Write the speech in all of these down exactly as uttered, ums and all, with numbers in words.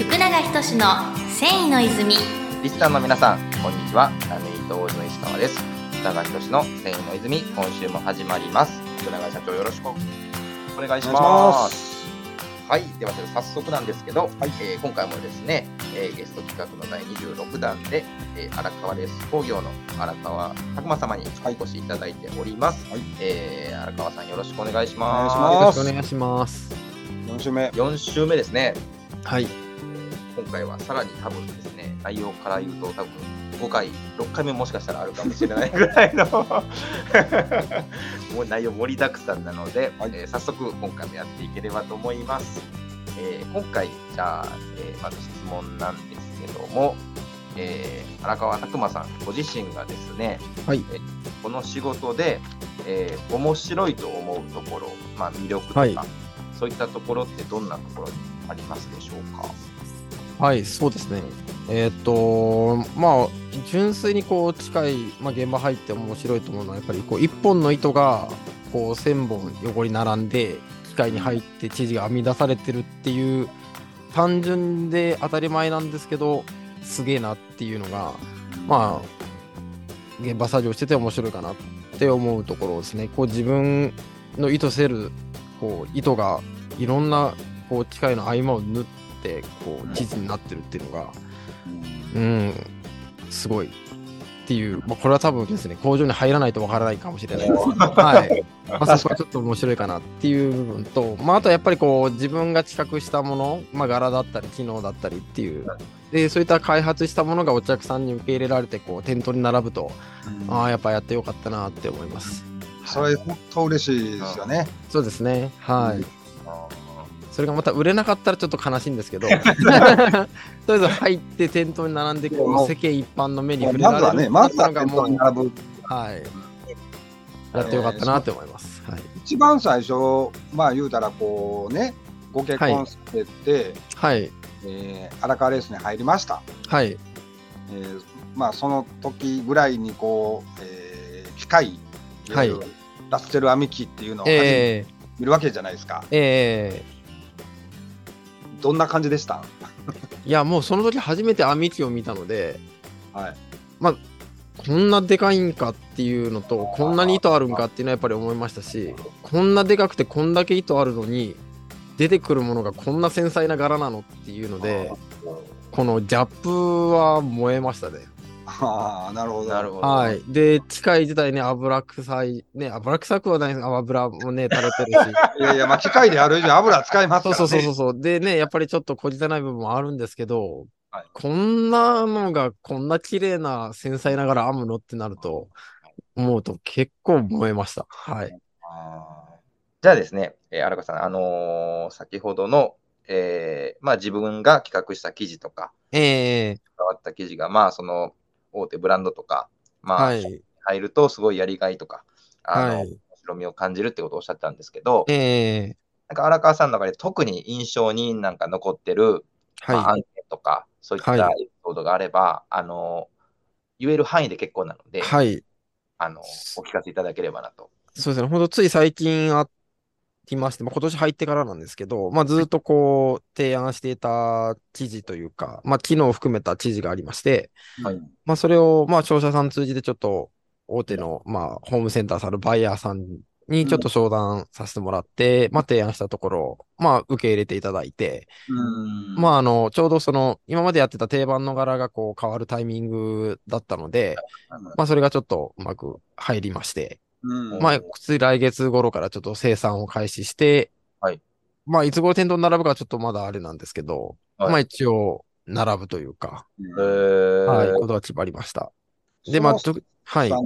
福永仁の繊維の泉。 リスナーの皆さん、こんにちは。ラメイトオーズの石川です。福永仁の繊維の泉、今週も始まります。福永社長、よろしくお願いします。はい、では早速なんですけど、はいえー、今回もですね、えー、ゲスト企画のだいにじゅうろくだんで、えー、荒川レース工業の荒川拓磨様にお越しいただいております。はいえー、荒川さん、よろしくお願いします。 よろしくお願いします。 よん週目。よん週目ですね。 はい。 今回はさらに多分ですね、内容から言うと多分ごかい、ろっかいめもしかしたらあるかもしれないぐらいのもう内容盛りだくさんなので、はいえー、早速今回もやっていければと思います。えー、今回じゃあ、えー、まず質問なんですけども、えー、荒川拓磨さんご自身がですね、 はいえー、この仕事で、えー、面白いと思うところ、まあ、魅力とか、はい、そういったところってどんなところにありますでしょうか？ はい、そうですね。えー、っと、まあ、純粋にこう近い、まあ、現場入って面白いと思うのは、やっぱりこう一本の糸がこう千本横に並んで、機械に入って生地が編み出されてるっていう、単純で当たり前なんですけど、すげえなっていうのが、まあ、現場作業してて面白いかなって思うところですね。こう自分の意図せるこう糸がいろんなこう機械の合間を縫って、こう地図になってるっていうのが、うん、すごいっていう、まあ、これは多分ですね、工場に入らないとわからないかもしれないですけど、はい、まあ、そこはちょっと面白いかなっていう部分と、まあ、あとはやっぱりこう自分が企画したもの、まあ、柄だったり機能だったりっていう、でそういった開発したものがお客さんに受け入れられてこう店頭に並ぶと、うん、ああやっぱやってよかったなって思います。 それ本当嬉しいですよね。 そうですね、はい、うんそれがまた売れなかったらちょっと悲しいんですけどとりあえず入って店頭に並んでこう世間一般の目に触れられるっていうのがもう、はいやってよかったなって思います、はい、 一番最初まあ言うたらこうねご結婚されて、 はいえー、荒川レースに入りました。 はい、 えー、まあその時ぐらいにこう、えー、機械はいラッセル編み機っていうのを初めて見るわけじゃないですか。 えーどんな感じでした？ いやもうその時初めて編み機を見たので、 はい、 まあこんなでかいんかっていうのとこんなに糸あるんかっていうのはやっぱり思いましたし、こんなでかくてこんだけ糸あるのに出てくるものがこんな繊細な柄なのっていうので、このギャップは燃えましたね。 ああ、なるほど。なるほど。 はい。で、機械自体ね、油臭い、ね、油臭くはないです。油もね、垂れてるし。 いやいや、まあ、機械でやる以上油使いますからね。 そうそうそうそう。でね、やっぱりちょっと小汚い部分もあるんですけど、はい、こんなのが、こんな綺麗な繊細ながら編むのってなると、思うと結構燃えました。はい。 あじゃあですね、えー、荒川さん、あのー、先ほどの、えー、まあ自分が企画した記事とか、 えー、 変わった記事が、まあその、大手ブランドとか、まあ、 はい、 入るとすごいやりがいとか、あの、 はい、 面白みを感じるってことをおっしゃったんですけど、 えー、 なんか荒川さんの中で特に印象になんか残ってる、 はい、 まあ、案件とか、そういったエピソードがあれば、はい、あの、言える範囲で結構なので、 はい、 あの、お聞かせいただければなと。 そうですね、ほんとつい最近あきまして、まあ、今年入ってからなんですけど、まあ、ずっとこう提案していた記事というか、まあ、機能を含めた記事がありまして、はいまあ、それをまあ商社さん通じてちょっと大手のまあホームセンターさんのバイヤーさんにちょっと商談させてもらって、まあ、提案したところ、まあ、受け入れていただいて、まあ、あのちょうどその今までやってた定番の柄がこう変わるタイミングだったので、まあ、それがちょっとうまく入りまして、うん、まあ、来月頃からちょっと生産を開始して、はい、まあ、いつ頃店頭に並ぶかちょっとまだあれなんですけど、はい、まあ一応、並ぶというか、はい、ことは決まりました。 で、まあ、はい。さんって、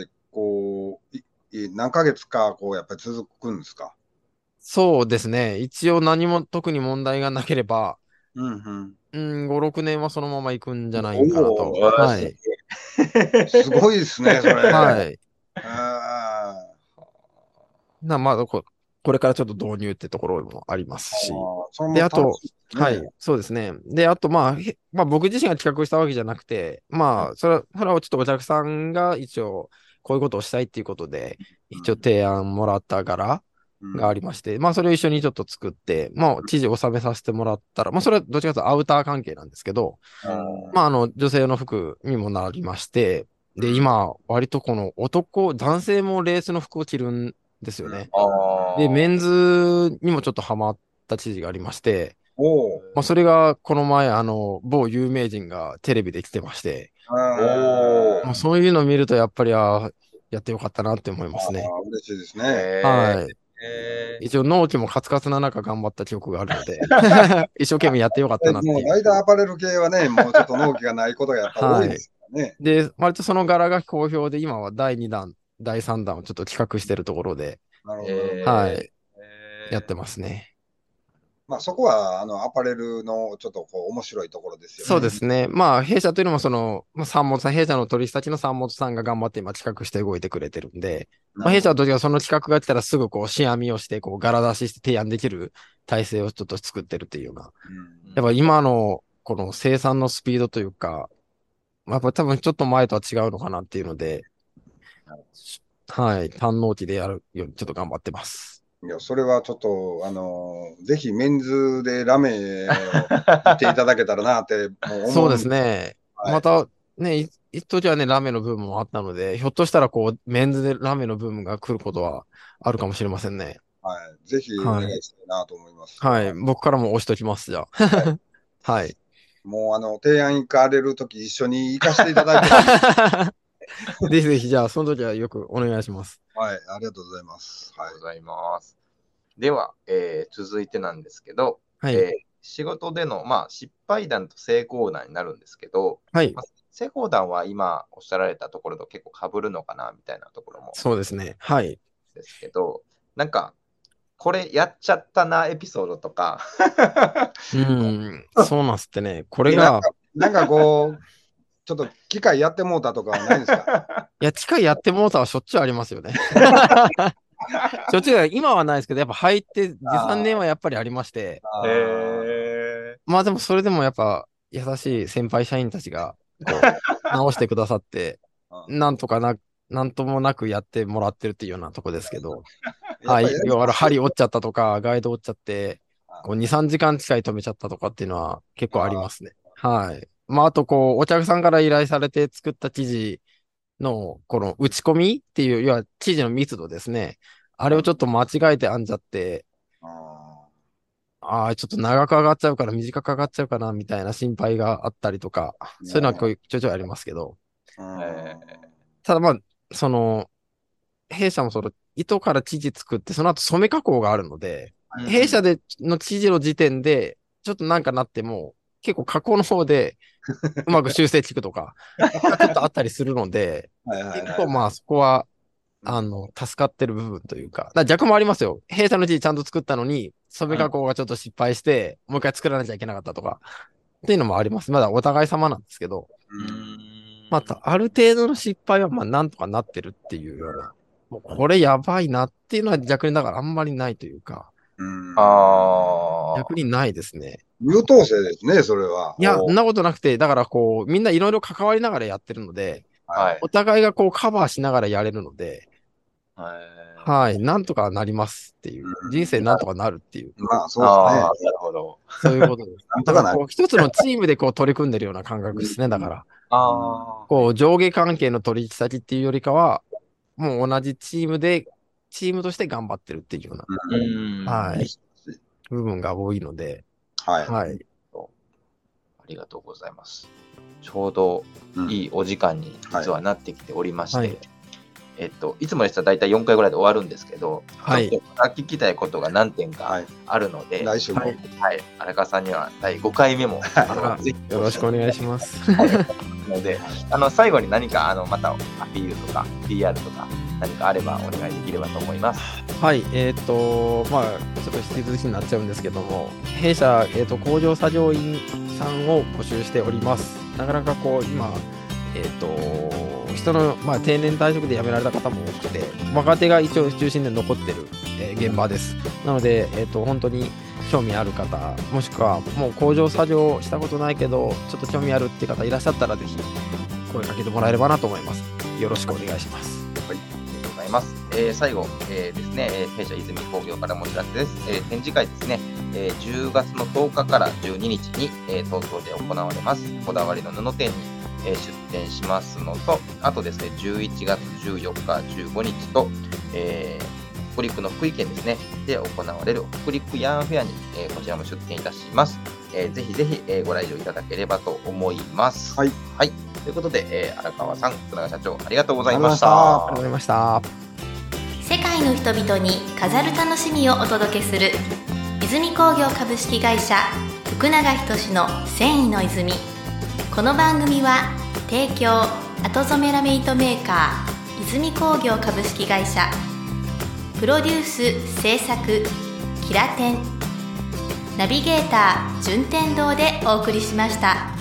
こう、何ヶ月か、こう、やっぱり続くんですか？ そうですね。一応何も特に問題がなければ、 うんうん。 うん、ご、ろくねんはそのまま行くんじゃないかなと。はい。 すごいですね、それ。 はい。なまあこ、これからちょっと導入ってところもありますし。あで、あと、ね、はい、そうですね。で、あと、まあ、まあ、僕自身が企画したわけじゃなくて、まあ、それは、それはちょっとお客さんが一応、こういうことをしたいっていうことで、一応提案もらった柄がありまして、まあそれを一緒にちょっと作って、まあ知事を収めさせてもらったら、まあそれはどっちかというとアウター関係なんですけど、 うんまああの女性の服にもなりまして、で、今割とこの男、男性もレースの服を着るんですよね。 あで、メンズにもちょっとハマった知事がありまして、 おうまあそれがこの前あの某有名人がテレビで来てまして、 おーもうそういうのを見るとやっぱりあーやってよかったなって思いますね。 あー嬉しいですね。 へーはい。 へー一応納期もカツカツな中頑張った記憶があるので、一生懸命やってよかっえたなっていう。 もうライダーアパレル系はね、もうちょっと納期がないことがやっぱ多いですからね。 で、割とその柄が好評で、今はだいにだん、だいさんだんをちょっと企画してるところで、 なるほど。 えーはい、 へーやってますね。 まあそこはあのアパレルのちょっとこう面白いところですよね。 そうですね。まあ、弊社というのも、その、まあ、三本さん、弊社の取引先の三本さんが頑張って今企画して動いてくれてるんで、まあ、弊社はどっちかというとその企画が来たらすぐこう、試編みをして、こう、柄出しして提案できる体制をちょっと作ってるっていうような。 うんやっぱ今の、この生産のスピードというか、まあやっぱ多分ちょっと前とは違うのかなっていうので、はい、単納期でやるようにちょっと頑張ってます。 いや、それはちょっと、あのーぜひメンズでラメを言っていただけたらなってもう思う。 そうですね。 はいまた、ね、い一時はね、ラメのブームもあったので、ひょっとしたらこう、メンズでラメのブームが来ることはあるかもしれませんね。 はい。ぜひお願いしたいなと思います。 はい。僕からも押しときます、じゃあ。はい。 もう、あの、提案行かれるとき一緒に行かせていただいて、 ぜひぜひ、じゃあ、その時はよくお願いします。 はい。ありがとうございます。はいありがとう。ございます。では、えー続いてなんですけど、 はい。 えー仕事での、まあ、失敗談と成功談になるんですけど、 はいま。あ、成功談は今おっしゃられたところと結構被るのかなみたいなところもそうですね。はい。 ですけど、なんか、これやっちゃったなエピソードとか、 うん。そうなんすってね。これが、 なんかこう、ちょっと機械やってもうたとかはないんですか？ いや、機械やってモーターはしょっちゅうありますよね。しょっちゅう、今はないですけど、やっぱ入ってに、さんねんはやっぱりありまして、 あーへまあでもそれでもやっぱ優しい先輩社員たちがこう直してくださって、 うんなんとかな、なんともなくやってもらってるっていうようなとこですけど、 やっぱり。 はい要は針折っちゃったとか、ガイド折っちゃって、こうに、さんじかん近い止めちゃったとかっていうのは結構ありますね。はい。まああとこう、お客さんから依頼されて作った記事のこの打ち込みっていう、要は記事の密度ですね。あれをちょっと間違えて編んじゃって、 あああ、ちょっと長く上がっちゃうから短く上がっちゃうかなみたいな心配があったりとか、そういうのはこうちょいちょいありますけど、 ーうんえただまあ、その、弊社もその糸から生地作って、その後染め加工があるので、 ー弊社での生地の時点で、ちょっとなんかなっても、結構加工の方でうまく修正つくとか、がちょっとあったりするので、 はいはいはい結構まあそこは、あの、助かってる部分というか、だから逆もありますよ。弊社の生地ちゃんと作ったのに、染め加工がちょっと失敗して、もう一回作らなきゃいけなかったとか、っていうのもあります。まだお互い様なんですけど、 うーんまた、ある程度の失敗は、まあ、なんとかなってるっていうような、もうこれやばいなっていうのは逆にだからあんまりないというか、 うんあー逆にないですね。 優等生ですね、それは。 いや、 おそんなことなくて、だからこう、みんないろいろ関わりながらやってるので、 はいお互いがこうカバーしながらやれるので、 はいはい、なんとかなりますっていう、 うん人生なんとかなるっていう、 まあ、そうあですーなるほど。 そういうことです。 なんとかなるだからこう、一つのチームでこう取り組んでるような感覚ですね、だから。 あこう、上下関係の取引先っていうよりかは、もう同じチームで、チームとして頑張ってるっていうようなーうーんはい部分が多いので、 はい。 はい。 ありがとうございます。ちょうどいいお時間に実はなってきておりまして、 はいえっと、いつもでしたら大体よんかいぐらいで終わるんですけど、 はいちょっと聞きたいことが何点かはい。 あるので、 来週も。 はいはい、荒川さんにはだいごかいめも、あのぜひよろしくお願いします。 ので、あの最後に何かあのまたアピールとか ピーアール とか何かあればお願いできればと思います。 はい、えっ、と、まあ、ちょっと引き続きになっちゃうんですけども、弊社、えっ、と、工場作業員さんを募集しております。なかなかこう、今、えっ、と、人の、まあ、定年退職で辞められた方も多くて、若手が一応中心で残ってる、えー現場です。なので、えっ、と、本当に興味ある方、もしくはもう工場作業したことないけど、ちょっと興味あるって方いらっしゃったら、ぜひ声かけてもらえればなと思います。よろしくお願いします。 ありがとうございます。 えー、最後、えー、ですね、えー、弊社泉工業からもお知らせです。えー、展示会ですね、えー、じゅうがつのとおかからじゅうににちに、えー、東京で行われます。こだわりの布店に、えー、出店しますのと、あとですね、じゅういちがつじゅうよっか、じゅうごにちと、えー、北陸の福井県ですね、で行われる北陸ヤーンフェアに、えー、こちらも出店いたします。えー、ぜひぜひ、えー、ご来場いただければと思います。 はい。 はい。ということで、えー、荒川さん、福永社長、ありがとうございました。 ありがとうございました。 世界の人々に飾る楽しみをお届けする泉工業株式会社福永仁の繊維の泉。この番組は提供後染めラメ糸メーカー泉工業株式会社、プロデュース制作キラテン、ナビゲーター順天堂でお送りしました。